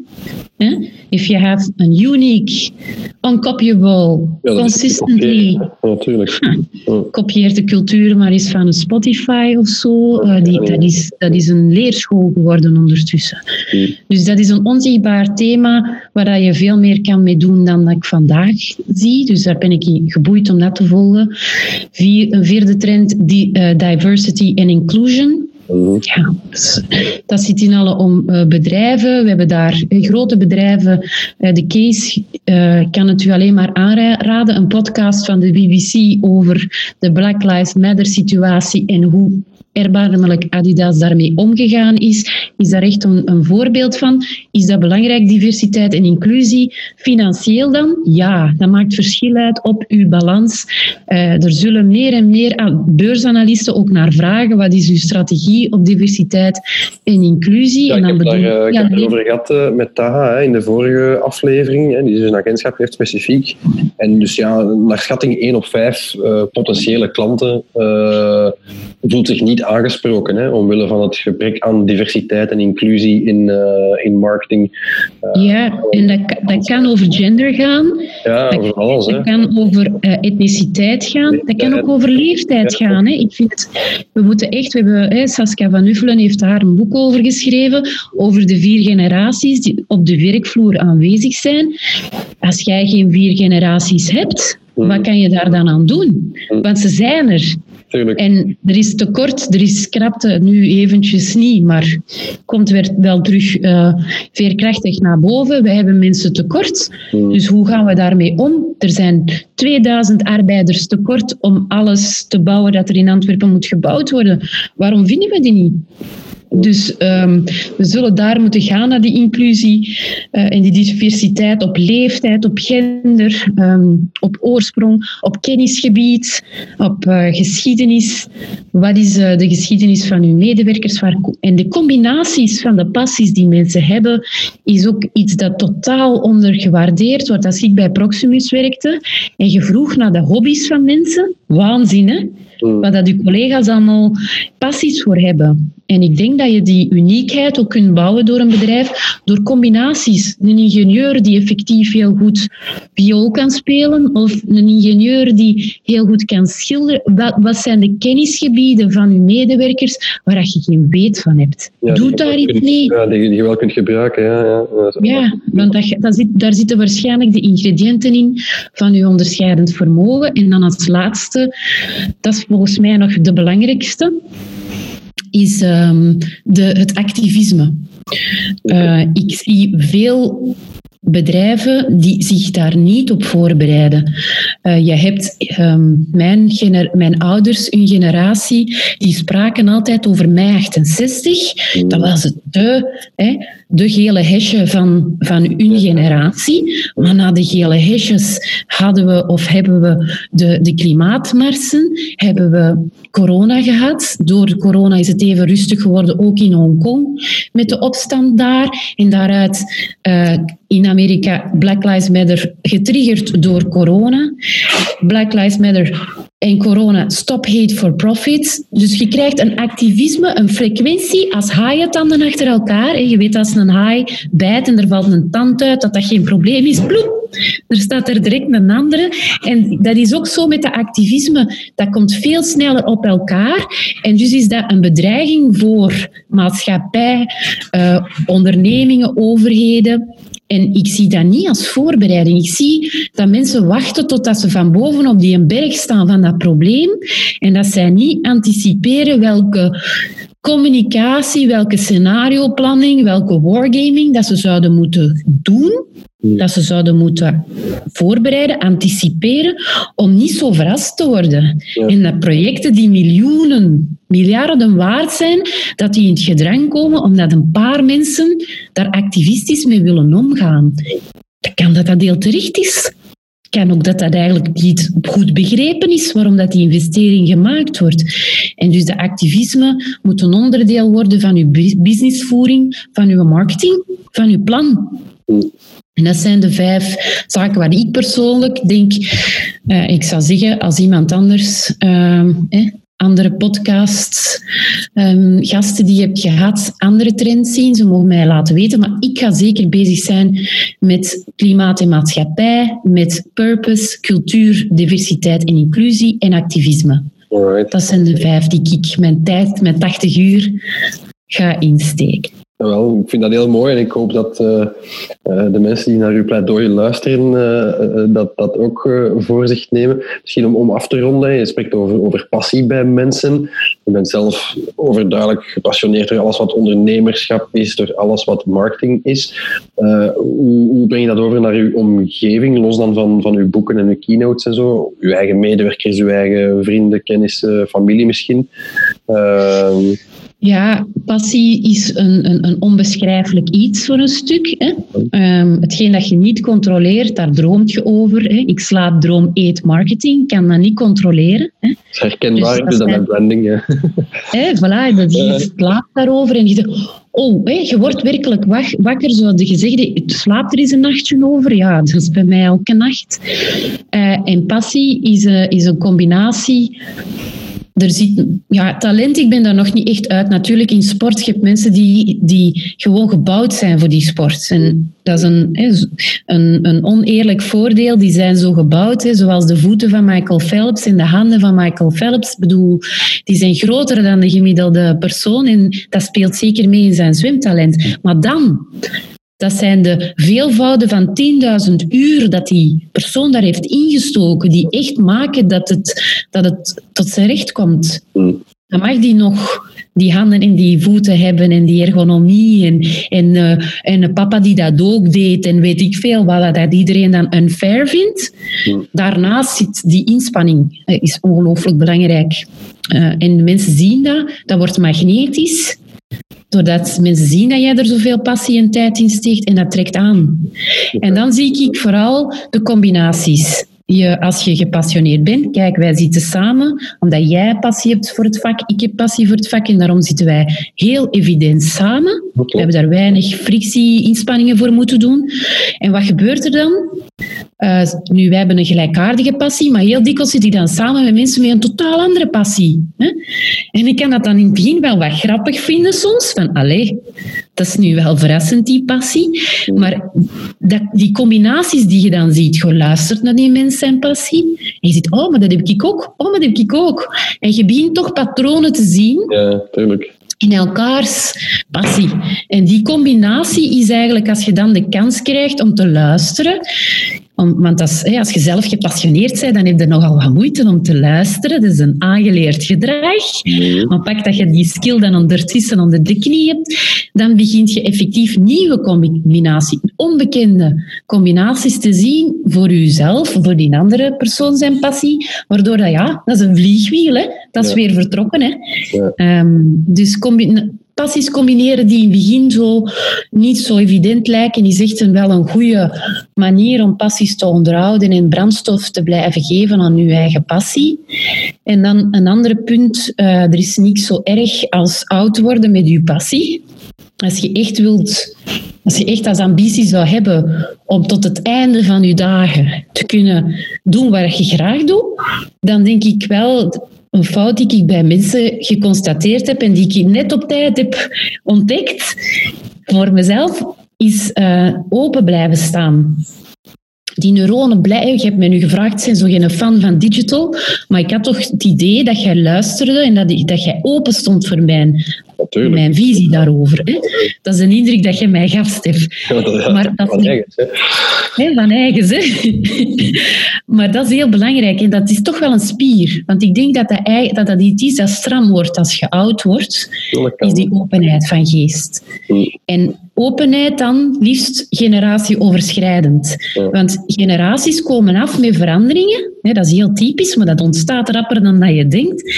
[SPEAKER 3] If you have a unique, uncopyable, consistently... Kopieert de cultuur maar eens van een Spotify of zo. Dat is een leerschool geworden ondertussen. Dus dat is een onzichtbaar thema waar je veel meer kan mee doen dan dat ik vandaag zie. Dus daar ben ik geboeid om dat te volgen. Een vierde trend, diversity and inclusion. Ja, dat zit in alle bedrijven. We hebben daar grote bedrijven. De case kan het u alleen maar aanraden. Een podcast van de BBC over de Black Lives Matter situatie en hoe erbarmelijk Adidas daarmee omgegaan is daar echt een voorbeeld van. Is dat belangrijk, diversiteit en inclusie? Financieel dan? Ja, dat maakt verschil uit op uw balans. Er zullen meer en meer beursanalisten ook naar vragen. Wat is uw strategie op diversiteit en inclusie?
[SPEAKER 2] Ja, ik heb het erover gehad met Taha in de vorige aflevering. Die dus een agentschap heeft specifiek. En dus ja, naar schatting 1 op 5 potentiële klanten voelt zich niet aangesproken, omwille van het gebrek aan diversiteit en inclusie in marketing.
[SPEAKER 3] En dat kan over gender gaan.
[SPEAKER 2] Ja, over alles.
[SPEAKER 3] Dat kan over etniciteit gaan. Dat kan ook over leeftijd gaan. Ik vind, we moeten echt... Saskia van Uffelen heeft daar een boek over geschreven, over de 4 generaties die op de werkvloer aanwezig zijn. Als jij geen 4 generaties hebt, wat kan je daar dan aan doen? Want ze zijn er. Tuurlijk. En er is tekort, er is krapte, nu eventjes niet, maar komt wel terug veerkrachtig naar boven. Wij hebben mensen tekort, dus hoe gaan we daarmee om? Er zijn 2000 arbeiders tekort om alles te bouwen dat er in Antwerpen moet gebouwd worden. Waarom vinden we die niet? Dus we zullen daar moeten gaan naar die inclusie en die diversiteit op leeftijd, op gender, op oorsprong, op kennisgebied, op geschiedenis. Wat is de geschiedenis van uw medewerkers? En de combinaties van de passies die mensen hebben, is ook iets dat totaal ondergewaardeerd wordt. Als ik bij Proximus werkte en je vroeg naar de hobby's van mensen, waanzin, hè? Wat dat uw collega's allemaal passies voor hebben. En ik denk dat je die uniekheid ook kunt bouwen door een bedrijf, door combinaties. Een ingenieur die effectief heel goed viool kan spelen, of een ingenieur die heel goed kan schilderen. Wat zijn de kennisgebieden van uw medewerkers waar je geen weet van hebt?
[SPEAKER 2] Ja,
[SPEAKER 3] doe daar iets mee.
[SPEAKER 2] Ja, die je wel kunt gebruiken.
[SPEAKER 3] Ja, want daar zitten waarschijnlijk de ingrediënten in van uw onderscheidend vermogen. En dan als laatste, dat is volgens mij nog de belangrijkste, is het activisme. Ik zie veel bedrijven die zich daar niet op voorbereiden. Je hebt mijn ouders, hun generatie, die spraken altijd over mei 68. Dat was het de gele hesje van hun generatie. Maar na de gele hesjes hebben we de klimaatmarsen, hebben we corona gehad. Door corona is het even rustig geworden, ook in Hongkong, met de opstand daar. En daaruit in Amerika Black Lives Matter getriggerd door corona. Black Lives Matter En corona, stop hate for profit. Dus je krijgt een activisme, een frequentie als haaientanden achter elkaar. Je weet als een haai bijt en er valt een tand uit, dat geen probleem is. Ploep, er staat er direct een andere. En dat is ook zo met de activisme. Dat komt veel sneller op elkaar. En dus is dat een bedreiging voor maatschappij, ondernemingen, overheden. En ik zie dat niet als voorbereiding. Ik zie dat mensen wachten totdat ze van boven op die berg staan van dat probleem en dat zij niet anticiperen welke communicatie, welke scenarioplanning, welke wargaming dat ze zouden moeten doen, dat ze zouden moeten voorbereiden, anticiperen, om niet zo verrast te worden. Ja. En dat projecten die miljoenen, miljarden waard zijn, dat die in het gedrang komen omdat een paar mensen daar activistisch mee willen omgaan. Dat kan dat heel terecht is. Kan ook dat eigenlijk niet goed begrepen is waarom dat die investering gemaakt wordt. En dus de activisme moet een onderdeel worden van uw businessvoering, van uw marketing, van uw plan. En dat zijn de 5 zaken waar ik persoonlijk denk, ik zou zeggen, als iemand anders, andere podcasts, gasten die je hebt gehad, andere trends zien, ze mogen mij laten weten. Maar ik ga zeker bezig zijn met klimaat en maatschappij, met purpose, cultuur, diversiteit en inclusie en activisme. Alright. Dat zijn de 5 die ik mijn tijd, mijn 80 uur, ga insteken.
[SPEAKER 2] Wel, ik vind dat heel mooi en ik hoop dat de mensen die naar uw pleidooi luisteren dat ook voor zich nemen. Misschien om af te ronden, je spreekt over passie bij mensen. Je bent zelf overduidelijk gepassioneerd door alles wat ondernemerschap is, door alles wat marketing is. Hoe breng je dat over naar uw omgeving, los dan van uw boeken en uw keynotes en zo? Uw eigen medewerkers, uw eigen vrienden, kennissen, familie misschien?
[SPEAKER 3] Ja, passie is een onbeschrijfelijk iets voor een stuk. Hè. Hetgeen dat je niet controleert, daar droomt je over. Hè. Ik slaap, droom, eet, marketing. Kan dat niet controleren. Hè.
[SPEAKER 2] Dat is herkenbaar, dus dat met branding. Ja.
[SPEAKER 3] Voilà, je slaapt daarover en je zegt... je wordt werkelijk wakker, zo de gezegde, slaapt er eens een nachtje over? Ja, dat is bij mij elke nacht. En passie is een combinatie... Er zit, talent, ik ben daar nog niet echt uit. Natuurlijk, in sport, je hebt mensen die gewoon gebouwd zijn voor die sport. En dat is een oneerlijk voordeel. Die zijn zo gebouwd, zoals de voeten van Michael Phelps en de handen van Michael Phelps. Ik bedoel, die zijn groter dan de gemiddelde persoon en dat speelt zeker mee in zijn zwemtalent. Maar dan... Dat zijn de veelvouden van 10.000 uur dat die persoon daar heeft ingestoken, die echt maken dat het tot zijn recht komt. Dan mag die nog die handen en die voeten hebben en die ergonomie en een papa die dat ook deed en weet ik veel, wat dat iedereen dan unfair vindt. Daarnaast zit die inspanning, is ongelooflijk belangrijk. En de mensen zien dat wordt magnetisch. Doordat mensen zien dat jij er zoveel passie en tijd in steekt en dat trekt aan. En dan zie ik vooral de combinaties. Als je gepassioneerd bent, kijk, wij zitten samen, omdat jij passie hebt voor het vak, ik heb passie voor het vak en daarom zitten wij heel evident samen. We hebben daar weinig frictie-inspanningen voor moeten doen. En wat gebeurt er dan? Nu, wij hebben een gelijkaardige passie, maar heel dikwijls zit ik dan samen met mensen met een totaal andere passie. Hè? En ik kan dat dan in het begin wel wat grappig vinden soms, van dat is nu wel verrassend, die passie. Maar die combinaties die je dan ziet, je luistert naar die mensen zijn passie, en je ziet, maar dat heb ik ook, maar dat heb ik ook. En je begint toch patronen te zien. Ja, tuurlijk. In elkaars passie. En die combinatie is eigenlijk, als je dan de kans krijgt om te luisteren, want als je zelf gepassioneerd bent, dan heb je nogal wat moeite om te luisteren. Dat is een aangeleerd gedrag. Maar pak dat je die skill dan ondertussen onder de knie hebt, dan begint je effectief nieuwe combinaties, onbekende combinaties te zien voor jezelf, voor die andere persoon zijn passie, waardoor dat is een vliegwiel, hè. Dat is weer vertrokken. Hè. Ja. Dus passies combineren die in het begin zo niet zo evident lijken, is echt wel een goede manier om passies te onderhouden en brandstof te blijven geven aan je eigen passie. En dan een ander punt, er is niks zo erg als oud worden met je passie. Als je echt als ambitie zou hebben om tot het einde van je dagen te kunnen doen wat je graag doet, dan denk ik wel een fout die ik bij mensen geconstateerd heb en die ik net op tijd heb ontdekt voor mezelf, is open blijven staan. Die neuronen blijven... Je hebt mij nu gevraagd, zijn zo geen fan van digital, maar ik had toch het idee dat jij luisterde en dat jij open stond voor mijn visie daarover. Hè? Dat is een indruk dat je mij gaf, Stef.
[SPEAKER 2] Ja,
[SPEAKER 3] maar dat
[SPEAKER 2] van eigens, hè?
[SPEAKER 3] Van eigens, hè. Maar dat is heel belangrijk en dat is toch wel een spier. Want ik denk dat iets is dat stram wordt als je oud wordt, is die openheid van geest. En openheid dan liefst generatieoverschrijdend. Ja. Want generaties komen af met veranderingen. Dat is heel typisch, maar dat ontstaat rapper dan dat je denkt.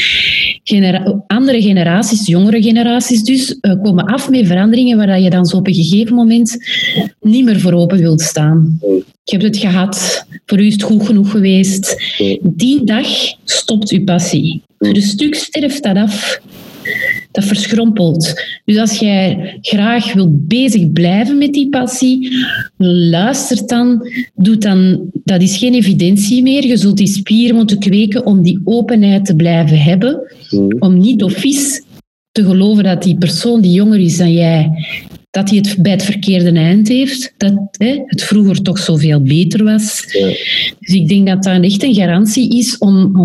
[SPEAKER 3] Andere generaties, jongere generaties dus, komen af met veranderingen waar je dan zo op een gegeven moment niet meer voor open wilt staan. Je hebt het gehad, voor u is het goed genoeg geweest. Die dag stopt uw passie. Voor een stuk sterft dat af. Dat verschrompelt. Dus als jij graag wilt bezig blijven met die passie, luister dan, doe dan, dat is geen evidentie meer. Je zult die spier moeten kweken om die openheid te blijven hebben, om niet of vies te geloven dat die persoon die jonger is dan jij, dat hij het bij het verkeerde eind heeft, dat het vroeger toch zoveel beter was. Ja. Dus ik denk dat dat echt een garantie is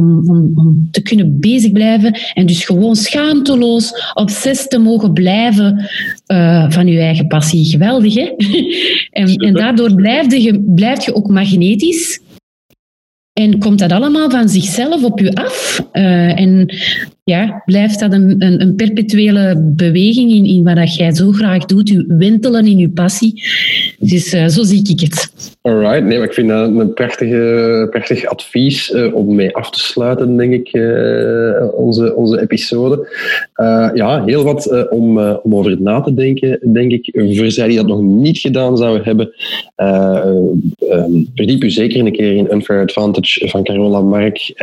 [SPEAKER 3] om te kunnen bezig blijven en dus gewoon schaamteloos obsessief te mogen blijven van je eigen passie. Geweldig, hè? En daardoor blijf je ook magnetisch. En komt dat allemaal van zichzelf op je af? En ja, blijft dat een perpetuele beweging in wat jij zo graag doet, je wentelen in je passie. Dus zo zie ik het.
[SPEAKER 2] Alright, nee, maar ik vind dat een prachtig advies om mee af te sluiten, denk ik, onze episode. Ja, heel wat om over na te denken, denk ik. Voor zij die dat nog niet gedaan zouden hebben, verdiep u zeker een keer in Unfair Advantage van Carola Mark.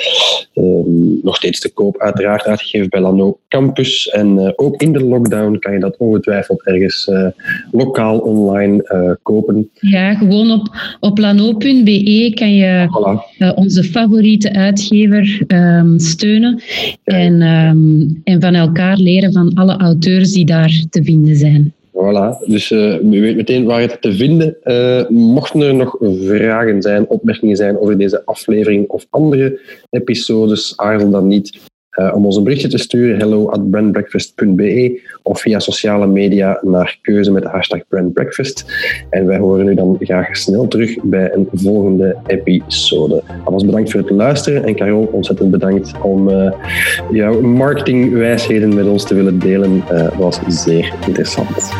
[SPEAKER 2] Nog steeds te koop, uiteraard uitgegeven bij Lano Campus. En ook in de lockdown kan je dat ongetwijfeld ergens lokaal online kopen.
[SPEAKER 3] Ja, gewoon op lano.be kan je onze favoriete uitgever steunen en van elkaar leren van alle auteurs die daar te vinden zijn.
[SPEAKER 2] Voilà, dus u weet meteen waar het te vinden. Mochten er nog vragen zijn, opmerkingen zijn over deze aflevering of andere episodes, aarzel dan niet om ons een berichtje te sturen, hello@brandbreakfast.be of via sociale media naar keuze met de hashtag brandbreakfast. En wij horen u dan graag snel terug bij een volgende episode. Alvast bedankt voor het luisteren en Carol, ontzettend bedankt om jouw marketingwijsheden met ons te willen delen. Dat was zeer interessant.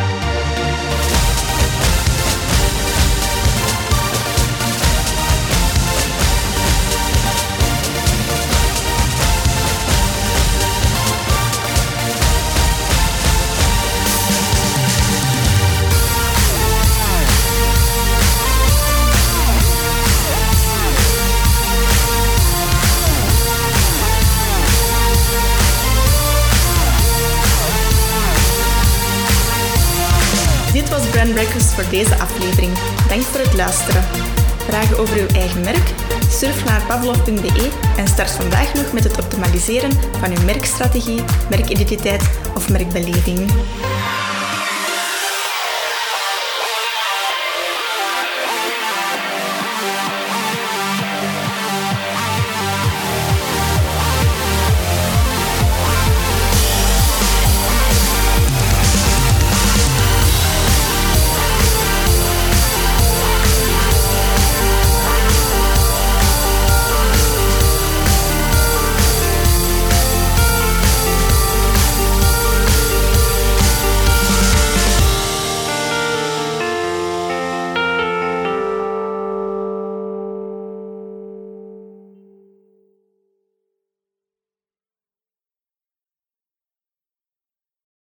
[SPEAKER 1] Voor deze aflevering. Dank voor het luisteren. Vragen over uw eigen merk? Surf naar pavlov.be en start vandaag nog met het optimaliseren van uw merkstrategie, merkidentiteit of merkbeleving.